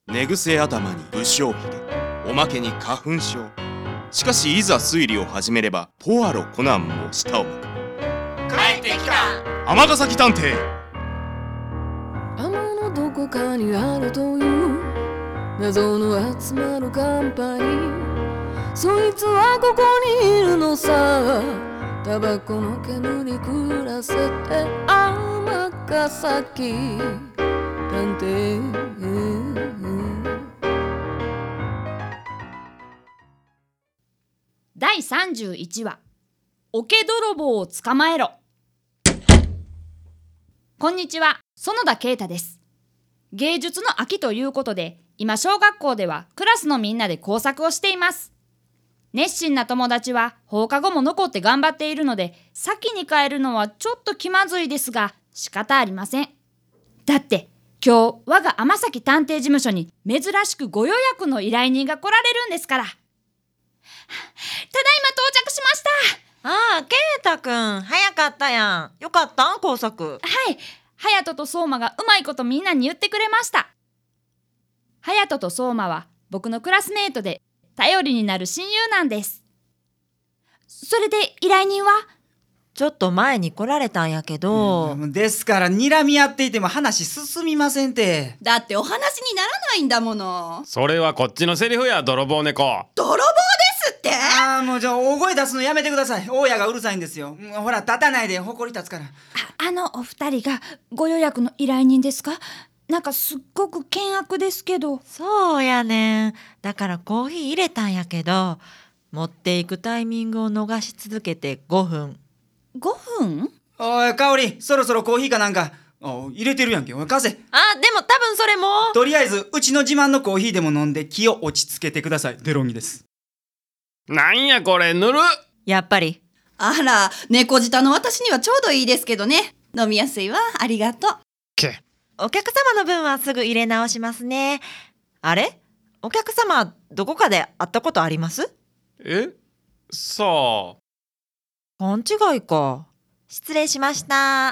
寝癖頭に不祥髭、おまけに花粉症。しかしいざ推理を始めればポアロコナンも舌を巻く。 帰ってきた尼崎探偵。 天のどこかにあるという謎の集まるカンパニー、そいつはここにいるのさ。タバコの煙暮らせて尼崎探偵。 第31話、桶泥棒を捕まえろ。こんにちは、園田啓太です。芸術の秋ということで、今小学校ではクラスのみんなで工作をしています。熱心な友達は放課後も残って頑張っているので、先に帰るのはちょっと気まずいですが仕方ありません。だって今日我が尼崎探偵事務所に珍しくご予約の依頼人が来られるんですから。ただいま到着しました。 ああ、圭太くん早かったやん。よかったん工作。 はい、隼人と相馬がうまいことみんなに言ってくれました。隼人と相馬は僕のクラスメートで頼りになる親友なんです。それで依頼人は？ ちょっと前に来られたんやけど、 ですから睨み合っていても話進みませんて。 だってお話にならないんだもの。 それはこっちのセリフや、泥棒猫。 泥棒ですって？ もうじゃあ大声出すのやめてください。大家がうるさいんですよ。ほら立たないで、埃立つから。 お二人がご予約の依頼人ですか？なんかすっごく険悪ですけど。 そうやねん。だからコーヒー入れたんやけど、持っていくタイミングを逃し続けて5分。 5分？ おい香織、そろそろコーヒーかなんか入れてるやんけ。おい貸せ。 でも多分それもとりあえずうちの自慢のコーヒーでも飲んで気を落ち着けてください。デロンギです。 なんやこれ、ぬるっ。 やっぱり。 あら、猫舌の私にはちょうどいいですけどね。飲みやすいわ、ありがとう。 お客様の分はすぐ入れ直しますね。あれ？お客様どこかで会ったことあります？ さあ。 勘違いか。失礼しました。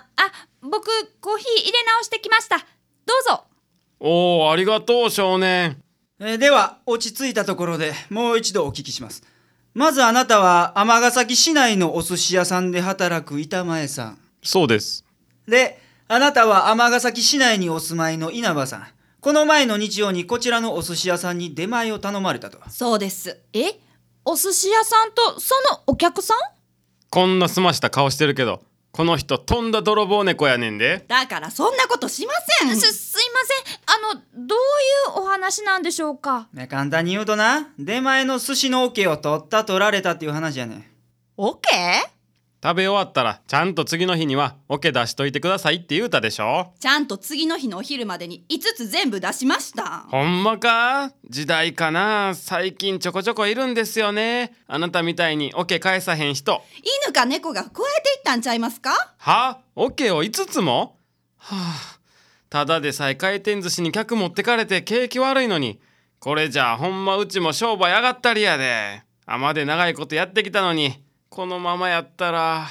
僕コーヒー入れ直してきました。どうぞ。 おー、ありがとう少年。 では落ち着いたところでもう一度お聞きします。まずあなたは尼崎市内のお寿司屋さんで働く板前さん。 そうです。で、 あなたは尼崎市内にお住まいの稲葉さん。この前の日曜にこちらのお寿司屋さんに出前を頼まれたと。 そうです。 お寿司屋さんとそのお客さん？ こんな澄ました顔してるけど、この人とんだ泥棒猫やねんで。 だからそんなことしません。 すいません。どういうお話なんでしょうか？ 簡単に言うとな、出前の寿司のオケを取られたっていう話やねん。 オケ？ 食べ終わったらちゃんと次の日にはオケ出しといてくださいって言うたでしょ。 ちゃんと次の日のお昼までに5つ全部出しました。 ほんまか？時代かな。最近ちょこちょこいるんですよね。あなたみたいにオケ返さへん人。 犬か猫が加えていったんちゃいますか？ オケを5つも？ただでさえ回転寿司に客持ってかれて景気悪いのに、これじゃあほんまうちも商売上がったりやで。まで長いことやってきたのにこのままやったら。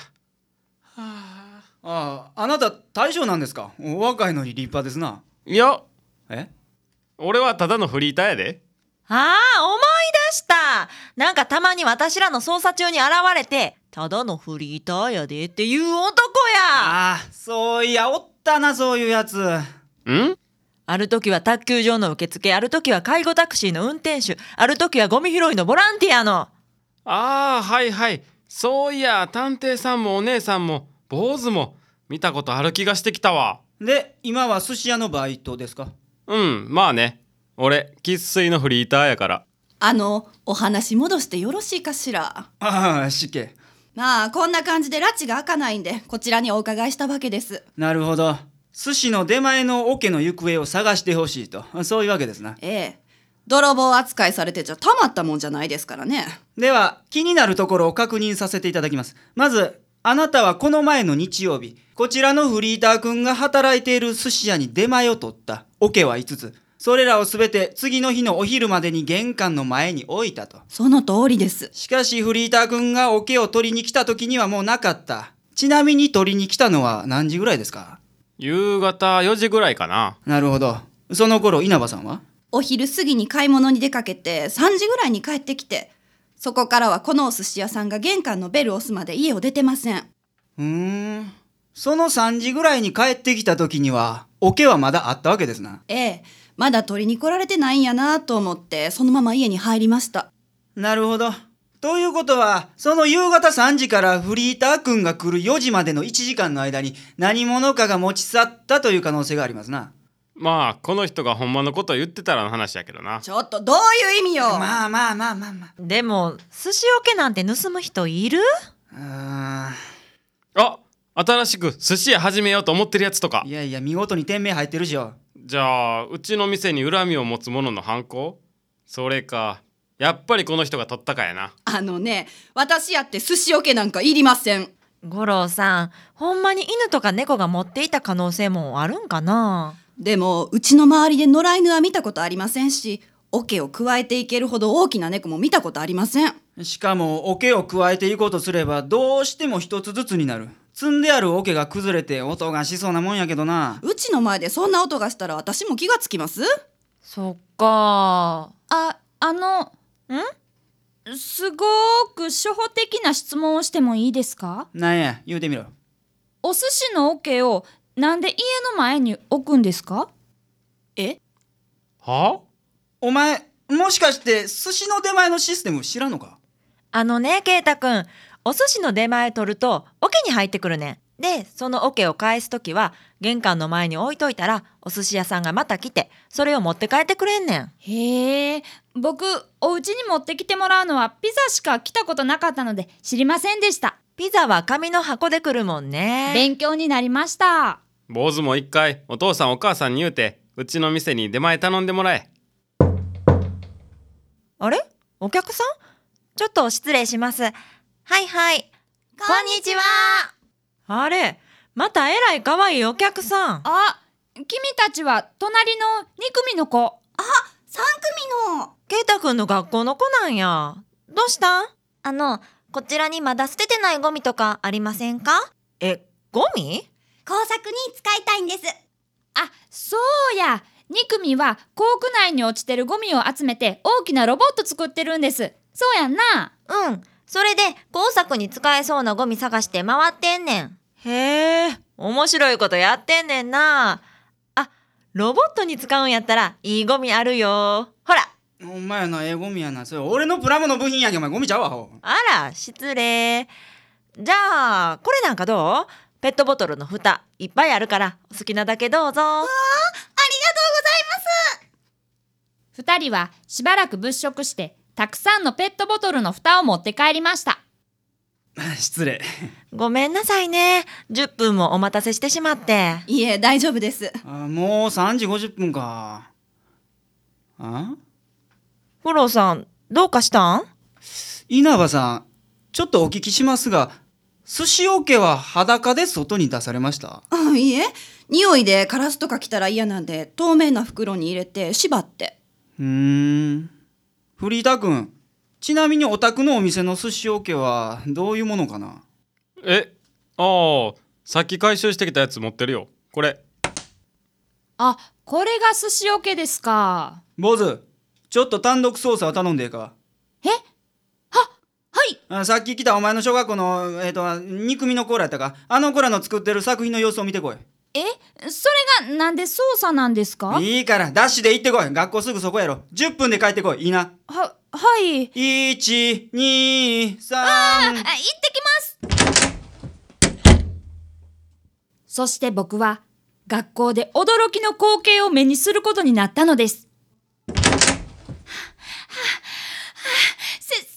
あなた大将なんですか？お若いのに立派ですな。 いや、俺はただのフリーターやで。 思い出した。なんかたまに私らの捜査中に現れて、ただのフリーターやでっていう男や。 そういやおったな、そういうやつ。 ある時は卓球場の受付、ある時は介護タクシーの運転手、ある時はゴミ拾いのボランティアの。 はいはい、そういや探偵さんもお姉さんも坊主も見たことある気がしてきたわ。 で、今は寿司屋のバイトですか？ まあね、俺生粋のフリーターやから。 お話戻してよろしいかしら？ 失敬。 こんな感じで拉致が開かないんで、こちらにお伺いしたわけです。 なるほど。寿司の出前のオケの行方を探してほしいと、そういうわけですな。 泥棒扱いされてちゃたまったもんじゃないですからね。 では気になるところを確認させていただきます。まずあなたはこの前の日曜日、こちらのフリーター君が働いている寿司屋に出前を取った。オケは5つ。それらをすべて次の日のお昼までに玄関の前に置いたと。 その通りです。 しかしフリーター君がオケを取りに来た時にはもうなかった。ちなみに取りに来たのは何時ぐらいですか？ 夕方4時ぐらいかな。 なるほど。その頃稲葉さんは？ お昼過ぎに買い物に出かけて3時ぐらいに帰ってきて、そこからはこのお寿司屋さんが玄関のベルを押すまで家を出てません。 その3時ぐらいに帰ってきた時には桶はまだあったわけですな。 ええ、まだ取りに来られてないんやなと思ってそのまま家に入りました。 なるほど。ということは、その夕方3時からフリーター君が来る4時までの1時間の間に何者かが持ち去ったという可能性がありますな。 まあこの人がほんまのことを言ってたらの話やけどな。 ちょっとどういう意味よ。 まあ。 でも寿司桶なんて盗む人いる？ あ、新しく寿司屋始めようと思ってるやつとか。 いや見事に店名入ってるしよ。 じゃあうちの店に恨みを持つ者の犯行？それかやっぱりこの人が取ったかやな。 私やって寿司桶なんかいりません。 五郎さん、ほんまに犬とか猫が持っていた可能性もあるんかな？ でもうちの周りで野良犬は見たことありませんし、桶を加えていけるほど大きな猫も見たことありません。 しかも桶を加えていこうとすればどうしても一つずつになる。積んである桶が崩れて音がしそうなもんやけどな。 うちの前でそんな音がしたら私も気がつきます？ そっか。 すごく初歩的な質問をしてもいいですか？ なんや言うてみろ。 お寿司の桶をなんで家の前に置くんですか？ は？ お前もしかして寿司の出前のシステム知らんのか？ 圭太くん、お寿司の出前取ると桶に入ってくるねん。でその桶を返すときは玄関の前に置いといたらお寿司屋さんがまた来てそれを持って帰ってくれんねん。 へえ、僕お家に持ってきてもらうのはピザしか来たことなかったので知りませんでした。 ピザは紙の箱で来るもんね。 勉強になりました。 坊主も一回お父さんお母さんに言うてうちの店に出前頼んでもらえ。 あれ？お客さん？ちょっと失礼します。はい。こんにちは。あれ、またえらい可愛いお客さん。 あ、君たちは隣の2組の子。 3組の。 圭太くんの学校の子なんや。どうしたん？ こちらにまだ捨ててないゴミとかありませんか？ ゴミ？ 工作に使いたいんです。 あ、そうや。2組は校区内に落ちてるゴミを集めて大きなロボット作ってるんです。そうやんな。 うん。それで工作に使えそうなゴミ探して回ってんねん。 へえ、面白いことやってんねんな。ロボットに使うんやったらいいゴミあるよ。ほら。 お前のゴミやな。それ俺のプラモの部品やけん。お前ゴミちゃうわほ。 あら、失礼。じゃあこれなんかどう？ペットボトルの蓋いっぱいあるからお好きなだけどうぞ。 ありがとうございます。 2人はしばらく物色してたくさんのペットボトルの蓋を持って帰りました。 失礼。 ごめんなさいね。10分もお待たせしてしまって。 いえ、大丈夫です。 もう3時50分か。 五郎さん、どうかしたん？ 稲葉さん、ちょっとお聞きしますが、寿司桶は裸で外に出されました？ いいえ、匂いでカラスとか来たら嫌なんで透明な袋に入れて縛って。 フリーター君、ちなみにお宅のお店の寿司桶はどういうものかな？ さっき回収してきたやつ持ってるよ。これ。 あ、これが寿司桶ですか。 坊主、ちょっと単独捜査を頼んでええか？ はい。 さっき来たお前の小学校の2組の子らやったか。あの子らの作ってる作品の様子を見てこい。 それがなんで捜査なんですか？ いいからダッシュで行ってこい。学校すぐそこやろ。10分で帰ってこい。いいな。 はい。 1、2、3。 行ってきます。そして僕は学校で驚きの光景を目にすることになったのです。先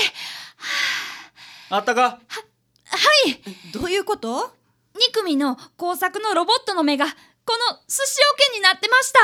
あったか？ 生。はい。 どういうこと？ 2組の工作のロボットの目がこの寿司桶になってました。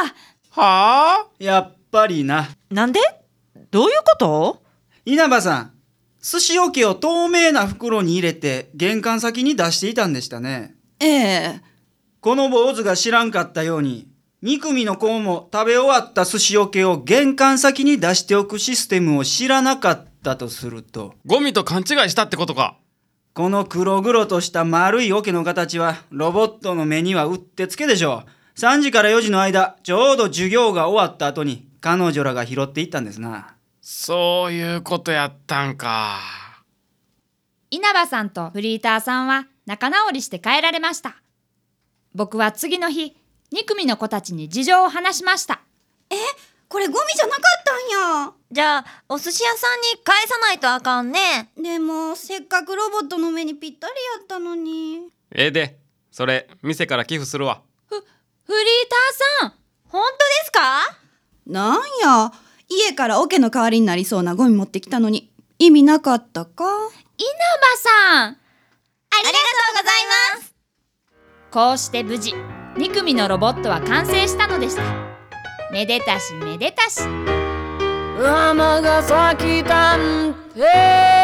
はあ？ やっぱりな。 なんで？どういうこと？ 稲葉さん、寿司桶を透明な袋に入れて玄関先に出していたんでしたね。 ええ。 この坊主が知らんかったように、2組の子も食べ終わった寿司桶を玄関先に出しておくシステムを知らなかったとすると、 ゴミと勘違いしたってことか。 この黒々とした丸い桶の形はロボットの目にはうってつけでしょう。3時から4時の間、ちょうど授業が終わった後に彼女らが拾っていったんですな。 そういうことやったんか。 稲葉さんとフリーターさんは仲直りして帰られました。僕は次の日、2組の子たちに事情を話しました。 これゴミじゃなかったんや。 じゃあお寿司屋さんに返さないとあかんね。 でもせっかくロボットの目にぴったりやったのに。 で、それ店から寄付するわ。 フリーターさん、 本当ですか？ なんや、家から桶の代わりになりそうなゴミ持ってきたのに意味なかったか。 稲葉さん、 ありがとうございます。 こうして無事2組のロボットは完成したのでした。めでたしめでたし。 尼崎探偵